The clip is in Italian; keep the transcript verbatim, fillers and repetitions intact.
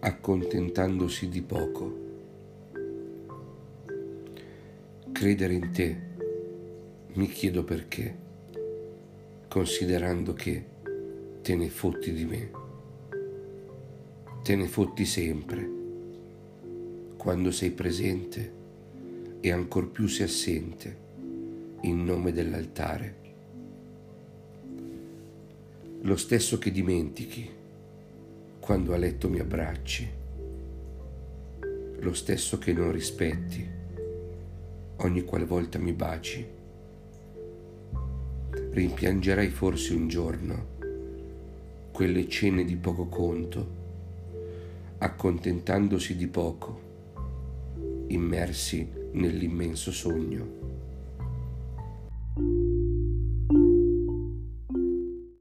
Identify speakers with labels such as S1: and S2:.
S1: accontentandosi di poco. Credere in te, mi chiedo perché, considerando che te ne fotti di me. Te ne fotti sempre, quando sei presente e ancor più sei assente in nome dell'altare. Lo stesso che dimentichi quando a letto mi abbracci, lo stesso che non rispetti ogni qualvolta mi baci. Rimpiangerai forse un giorno quelle cene di poco conto, accontentandosi di poco, immersi nell'immenso sogno.